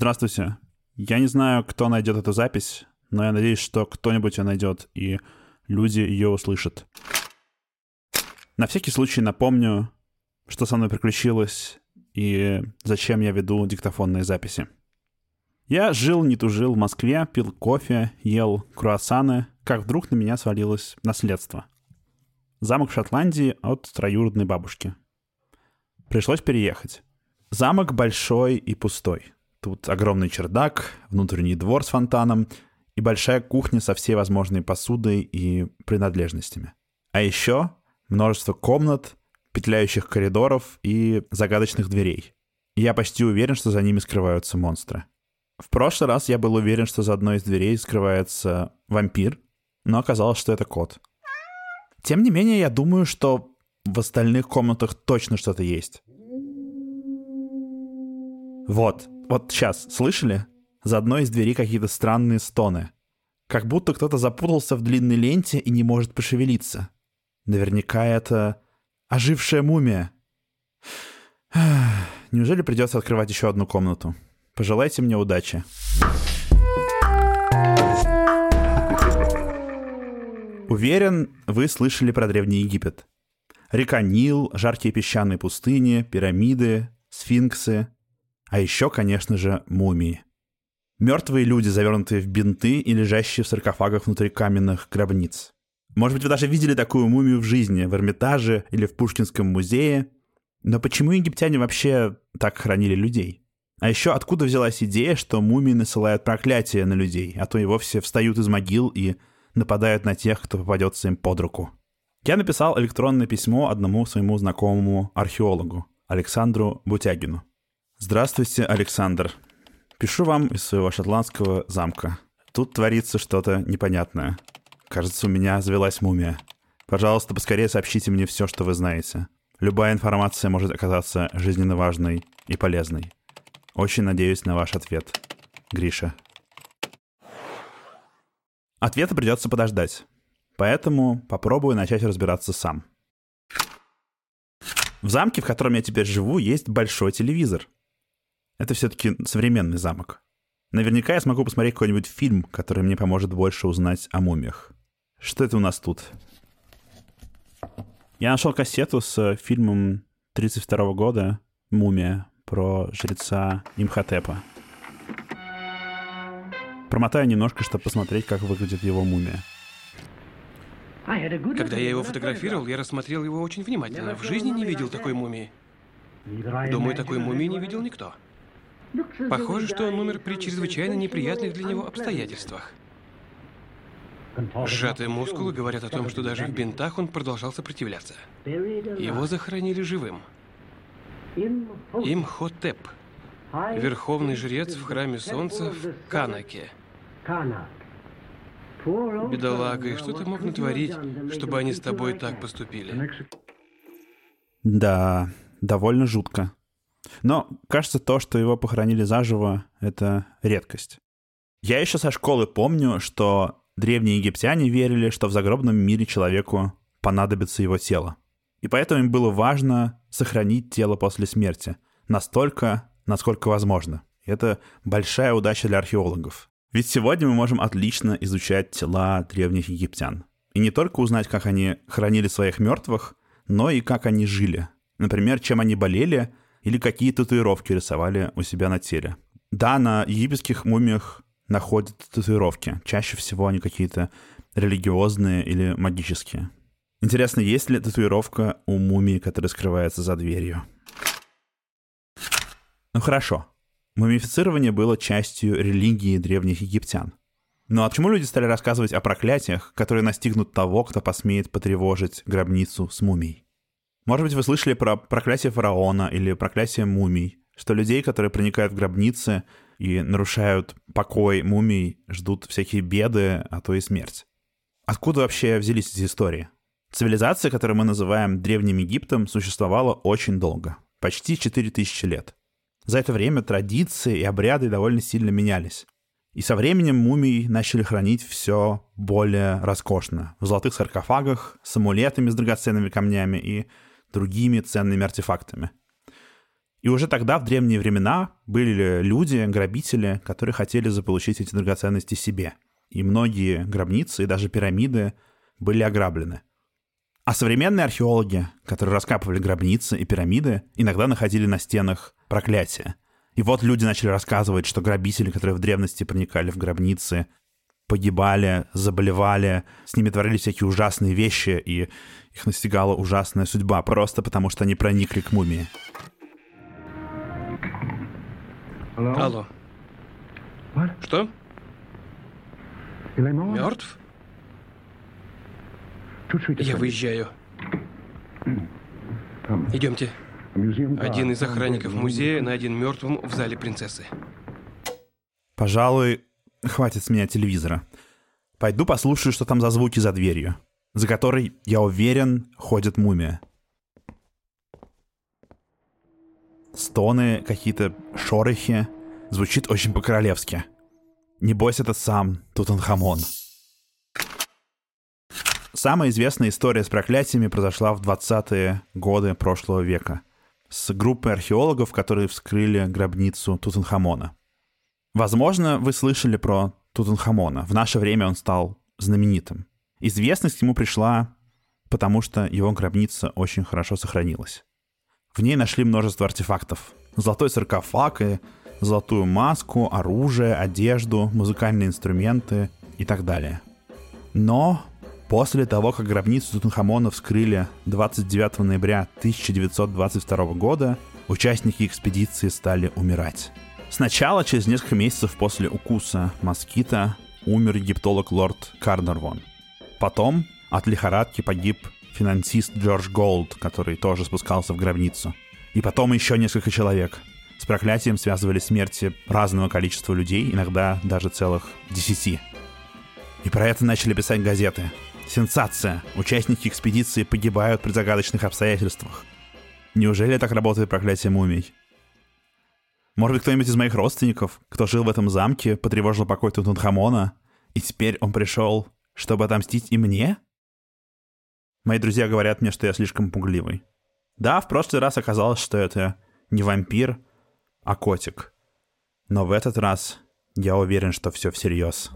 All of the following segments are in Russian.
Здравствуйте. Я не знаю, кто найдет эту запись, но я надеюсь, что кто-нибудь ее найдет, и люди ее услышат. На всякий случай напомню, что со мной приключилось и зачем я веду диктофонные записи. Я жил, не тужил в Москве, пил кофе, ел круассаны, как вдруг на меня свалилось наследство. Замок в Шотландии от троюродной бабушки. Пришлось переехать. Замок большой и пустой. Тут огромный чердак, внутренний двор с фонтаном и большая кухня со всей возможной посудой и принадлежностями. А еще множество комнат, петляющих коридоров и загадочных дверей. И я почти уверен, что за ними скрываются монстры. В прошлый раз я был уверен, что за одной из дверей скрывается вампир, но оказалось, что это кот. Тем не менее, я думаю, что в остальных комнатах точно что-то есть. Вот сейчас, слышали? За одной из дверей какие-то странные стоны. Как будто кто-то запутался в длинной ленте и не может пошевелиться. Наверняка это ожившая мумия. Неужели придется открывать еще одну комнату? Пожелайте мне удачи. Уверен, вы слышали про Древний Египет. Река Нил, жаркие песчаные пустыни, пирамиды, сфинксы. А еще, конечно же, мумии. Мертвые люди, завернутые в бинты и лежащие в саркофагах внутри каменных гробниц. Может быть, вы даже видели такую мумию в жизни, в Эрмитаже или в Пушкинском музее. Но почему египтяне вообще так хоронили людей? А еще откуда взялась идея, что мумии насылают проклятие на людей, а то и вовсе встают из могил и нападают на тех, кто попадется им под руку? Я написал электронное письмо одному своему знакомому археологу, Александру Бутягину. Здравствуйте, Александр. Пишу вам из своего шотландского замка. Тут творится что-то непонятное. Кажется, у меня завелась мумия. Пожалуйста, поскорее сообщите мне все, что вы знаете. Любая информация может оказаться жизненно важной и полезной. Очень надеюсь на ваш ответ. Гриша. Ответа придется подождать. Поэтому попробую начать разбираться сам. В замке, в котором я теперь живу, есть большой телевизор. Это все-таки современный замок. Наверняка я смогу посмотреть какой-нибудь фильм, который мне поможет больше узнать о мумиях. Что это у нас тут? Я нашел кассету с фильмом 1932 года «Мумия» про жреца Имхотепа. Промотаю немножко, чтобы посмотреть, как выглядит его мумия. Когда я его фотографировал, я рассмотрел его очень внимательно. В жизни не видел такой мумии. Думаю, такой мумии не видел никто. Похоже, что он умер при чрезвычайно неприятных для него обстоятельствах. Сжатые мускулы говорят о том, что даже в бинтах он продолжал сопротивляться. Его захоронили живым. Имхотеп, верховный жрец в храме солнца в Канаке. Бедолага, и что ты мог натворить, чтобы они с тобой так поступили? Да, довольно жутко. Но, кажется, то, что его похоронили заживо, это редкость. Я еще со школы помню, что древние египтяне верили, что в загробном мире человеку понадобится его тело. И поэтому им было важно сохранить тело после смерти. Настолько, насколько возможно. И это большая удача для археологов. Ведь сегодня мы можем отлично изучать тела древних египтян. И не только узнать, как они хоронили своих мертвых, но и как они жили. Например, чем они болели или какие татуировки рисовали у себя на теле. Да, на египетских мумиях находят татуировки. Чаще всего они какие-то религиозные или магические. Интересно, есть ли татуировка у мумии, которая скрывается за дверью? Ну хорошо. Мумифицирование было частью религии древних египтян. Ну а почему люди стали рассказывать о проклятиях, которые настигнут того, кто посмеет потревожить гробницу с мумией? Может быть, вы слышали про проклятие фараона или проклятие мумий, что людей, которые проникают в гробницы и нарушают покой мумий, ждут всякие беды, а то и смерть. Откуда вообще взялись эти истории? Цивилизация, которую мы называем Древним Египтом, существовала очень долго, почти 4000 лет. За это время традиции и обряды довольно сильно менялись. И со временем мумии начали хранить все более роскошно. В золотых саркофагах, с амулетами с драгоценными камнями и другими ценными артефактами. И уже тогда, в древние времена, были люди, грабители, которые хотели заполучить эти драгоценности себе. И многие гробницы и даже пирамиды были ограблены. А современные археологи, которые раскапывали гробницы и пирамиды, иногда находили на стенах проклятия. И вот люди начали рассказывать, что грабители, которые в древности проникали в гробницы, погибали, заболевали, с ними творили всякие ужасные вещи, и их настигала ужасная судьба, просто потому что они проникли к мумии. Алло. Что? Мертв? Я выезжаю. Идемте. Один из охранников музея найден мертвым в зале принцессы. Пожалуй, хватит с меня телевизора. Пойду послушаю, что там за звуки за дверью, за которой, я уверен, ходит мумия. Стоны, какие-то шорохи. Звучит очень по-королевски. Небось, это сам Тутанхамон. Самая известная история с проклятиями произошла в 20-е годы прошлого века с группой археологов, которые вскрыли гробницу Тутанхамона. Возможно, вы слышали про Тутанхамона. В наше время он стал знаменитым. Известность к нему пришла, потому что его гробница очень хорошо сохранилась. В ней нашли множество артефактов. Золотой саркофаг и золотую маску, оружие, одежду, музыкальные инструменты и так далее. Но после того, как гробницу Тутанхамона вскрыли 29 ноября 1922 года, участники экспедиции стали умирать. Сначала, через несколько месяцев после укуса москита, умер египтолог лорд Карнарвон. Потом от лихорадки погиб финансист Джордж Голд, который тоже спускался в гробницу. И потом еще несколько человек. С проклятием связывали смерти разного количества людей, иногда даже целых 10. И про это начали писать газеты. Сенсация! Участники экспедиции погибают при загадочных обстоятельствах. Неужели так работает проклятие мумий? Может быть, кто-нибудь из моих родственников, кто жил в этом замке, потревожил покой Тутанхамона, и теперь он пришел, чтобы отомстить и мне? Мои друзья говорят мне, что я слишком пугливый. Да, в прошлый раз оказалось, что это не вампир, а котик. Но в этот раз я уверен, что все всерьез.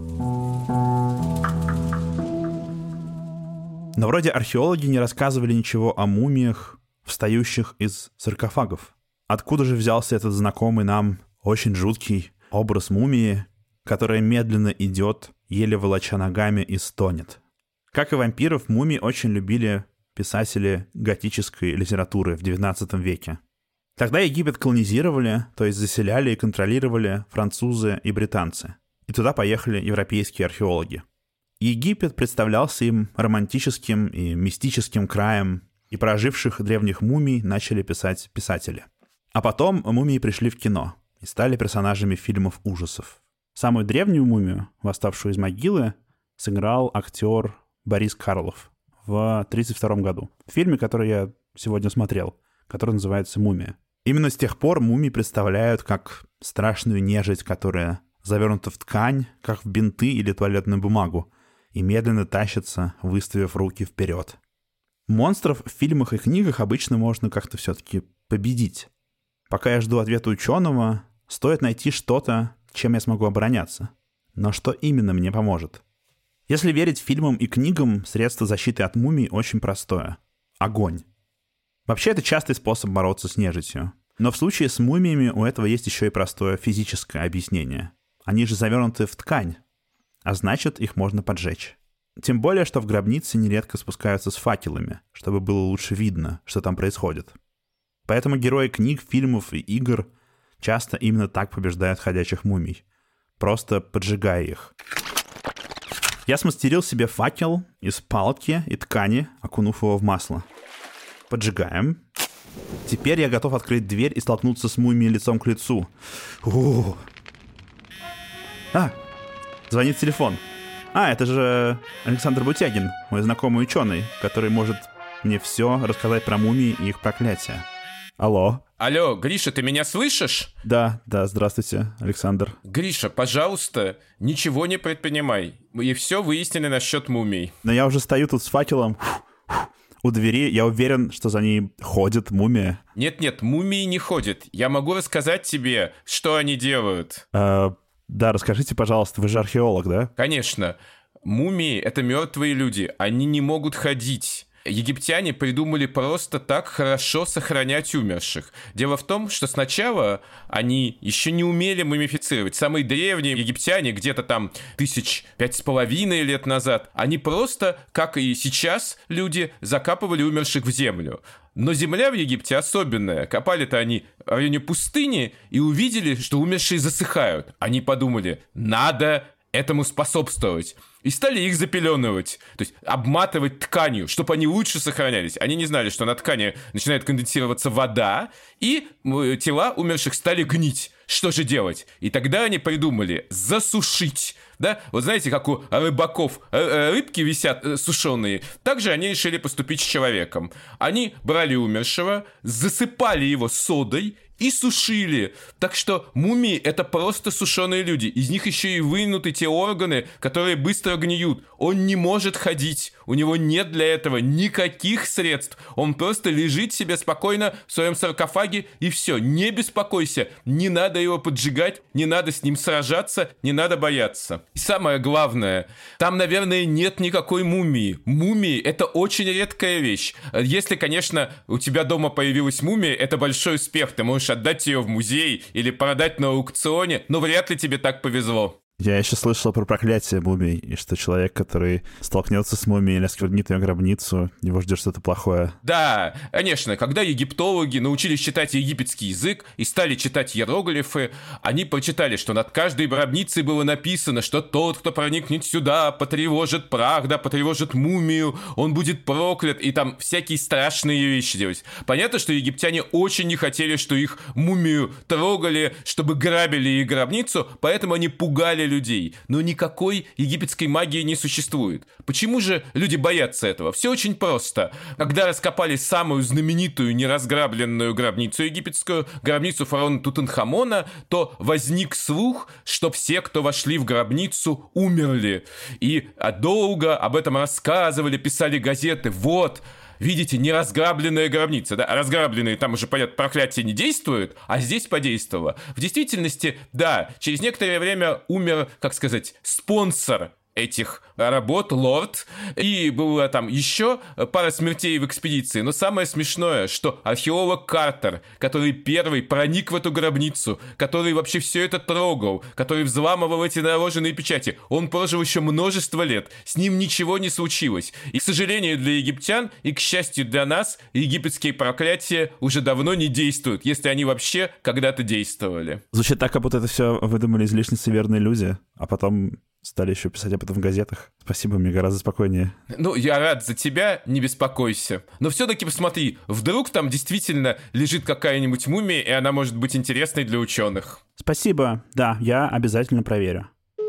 Но вроде археологи не рассказывали ничего о мумиях, встающих из саркофагов. Откуда же взялся этот знакомый нам очень жуткий образ мумии, которая медленно идет, еле волоча ногами, и стонет? Как и вампиров, мумии очень любили писатели готической литературы в XIX веке. Тогда Египет колонизировали, то есть заселяли и контролировали французы и британцы. И туда поехали европейские археологи. Египет представлялся им романтическим и мистическим краем, и про оживших древних мумий начали писать писатели. А потом мумии пришли в кино и стали персонажами фильмов ужасов. Самую древнюю мумию, восставшую из могилы, сыграл актер Борис Карлов в 1932 году. В фильме, который я сегодня смотрел, который называется «Мумия». Именно с тех пор мумии представляют как страшную нежить, которая завернута в ткань, как в бинты или туалетную бумагу, и медленно тащится, выставив руки вперед. Монстров в фильмах и книгах обычно можно как-то все-таки победить. Пока я жду ответа ученого, стоит найти что-то, чем я смогу обороняться. Но что именно мне поможет? Если верить фильмам и книгам, средство защиты от мумий очень простое — огонь. Вообще, это частый способ бороться с нежитью. Но в случае с мумиями у этого есть еще и простое физическое объяснение. Они же завернуты в ткань, а значит, их можно поджечь. Тем более, что в гробнице нередко спускаются с факелами, чтобы было лучше видно, что там происходит. Поэтому герои книг, фильмов и игр часто именно так побеждают ходячих мумий, просто поджигая их. Я смастерил себе факел из палки и ткани, окунув его в масло. Поджигаем. Теперь я готов открыть дверь и столкнуться с мумией лицом к лицу. Звонит телефон. Это же Александр Бутягин, мой знакомый ученый, который может мне все рассказать про мумии и их проклятия. Алло. Алло, Гриша, ты меня слышишь? Да, здравствуйте, Александр. Гриша, пожалуйста, ничего не предпринимай. И все выяснили насчет мумий. Но я уже стою тут с факелом. у двери, я уверен, что за ней ходит мумия. Нет, мумии не ходят. Я могу рассказать тебе, что они делают. Да, расскажите, пожалуйста, вы же археолог, да? Конечно. Мумии — это мертвые люди. Они не могут ходить. Египтяне придумали просто так хорошо сохранять умерших. Дело в том, что сначала они еще не умели мумифицировать. Самые древние египтяне, где-то там 5,5 лет назад, они просто, как и сейчас люди, закапывали умерших в землю. Но земля в Египте особенная. Копали-то они в районе пустыни и увидели, что умершие засыхают. Они подумали, надо этому способствовать. И стали их запеленывать, то есть обматывать тканью, чтобы они лучше сохранялись. Они не знали, что на ткани начинает конденсироваться вода, и тела умерших стали гнить. Что же делать? И тогда они придумали засушить. Да? Вот знаете, как у рыбаков рыбки висят сушеные, так же они решили поступить с человеком. Они брали умершего, засыпали его содой и сушили. Так что мумии — это просто сушеные люди. Из них еще и вынуты те органы, которые быстро гниют. Он не может ходить. У него нет для этого никаких средств. Он просто лежит себе спокойно в своем саркофаге, и все. Не беспокойся. Не надо его поджигать, не надо с ним сражаться, не надо бояться. И самое главное, там, наверное, нет никакой мумии. Мумии — это очень редкая вещь. Если, конечно, у тебя дома появилась мумия, это большой успех. Ты можешь отдать ее в музей или продать на аукционе, но вряд ли тебе так повезло. Я еще слышал про проклятие мумий, и что человек, который столкнется с мумией или осквернит ее гробницу, его ждет что-то плохое. Да, конечно, когда египтологи научились читать египетский язык и стали читать иероглифы, они прочитали, что над каждой гробницей было написано, что тот, кто проникнет сюда, потревожит прах, да, потревожит мумию, он будет проклят, и там всякие страшные вещи делать. Понятно, что египтяне очень не хотели, что их мумию трогали, чтобы грабили их гробницу, поэтому они пугали людей. Но никакой египетской магии не существует. Почему же люди боятся этого? Все очень просто. Когда раскопали самую знаменитую неразграбленную гробницу египетскую, гробницу фараона Тутанхамона, то возник слух, что все, кто вошли в гробницу, умерли. И долго об этом рассказывали, писали газеты. Вот, видите, неразграбленная гробница, да, разграбленные, там уже, понятно, проклятие не действует, а здесь подействовало. В действительности, да, через некоторое время умер, как сказать, спонсор этих работ, лорд, и было там еще пара смертей в экспедиции. Но самое смешное, что археолог Картер, который первый проник в эту гробницу, который вообще все это трогал, который взламывал эти наложенные печати, он прожил еще множество лет, с ним ничего не случилось. И, к сожалению, для египтян, и, к счастью для нас, египетские проклятия уже давно не действуют, если они вообще когда-то действовали. Звучит так, как будто это все выдумали излишне суеверные люди, а потом стали еще писать об этом в газетах. Спасибо, мне гораздо спокойнее. Ну, я рад за тебя, не беспокойся. Но все-таки посмотри, вдруг там действительно лежит какая-нибудь мумия, и она может быть интересной для ученых. Спасибо, да, я обязательно проверю.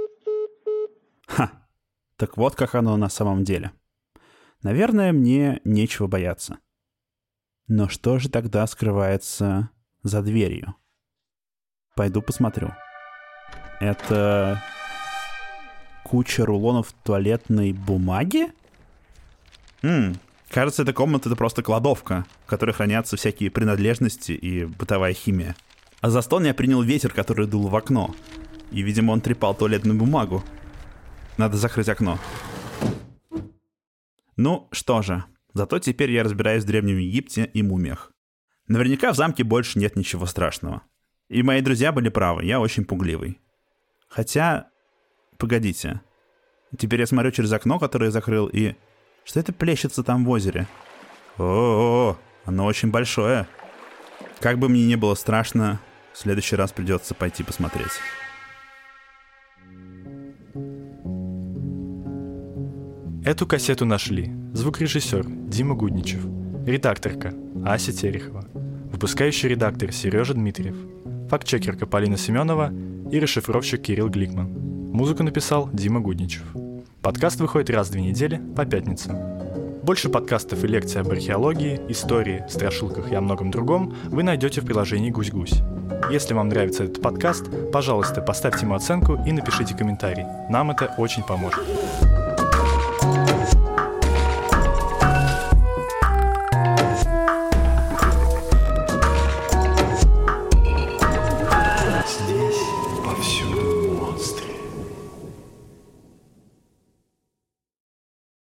Так вот как оно на самом деле. Наверное, мне нечего бояться. Но что же тогда скрывается за дверью? Пойду посмотрю. Это куча рулонов туалетной бумаги? Кажется, эта комната — это просто кладовка, в которой хранятся всякие принадлежности и бытовая химия. А за стол я принял ветер, который дул в окно. И, видимо, он трепал туалетную бумагу. Надо закрыть окно. Ну, что же. Зато теперь я разбираюсь в Древнем Египте и мумиях. Наверняка в замке больше нет ничего страшного. И мои друзья были правы, я очень пугливый. Хотя... Погодите. Теперь я смотрю через окно, которое я закрыл, и... Что это плещется там в озере? О-о-о, оно очень большое. Как бы мне не было страшно, в следующий раз придется пойти посмотреть. Эту кассету нашли звукорежиссер Дима Гудничев, редакторка Ася Терехова, выпускающий редактор Сережа Дмитриев, фактчекерка Полина Семенова и расшифровщик Кирилл Гликман. Музыку написал Дима Гудничев. Подкаст выходит раз в 2 недели по пятницам. Больше подкастов и лекций об археологии, истории, страшилках и о многом другом вы найдете в приложении «Гусь-Гусь». Если вам нравится этот подкаст, пожалуйста, поставьте ему оценку и напишите комментарий. Нам это очень поможет.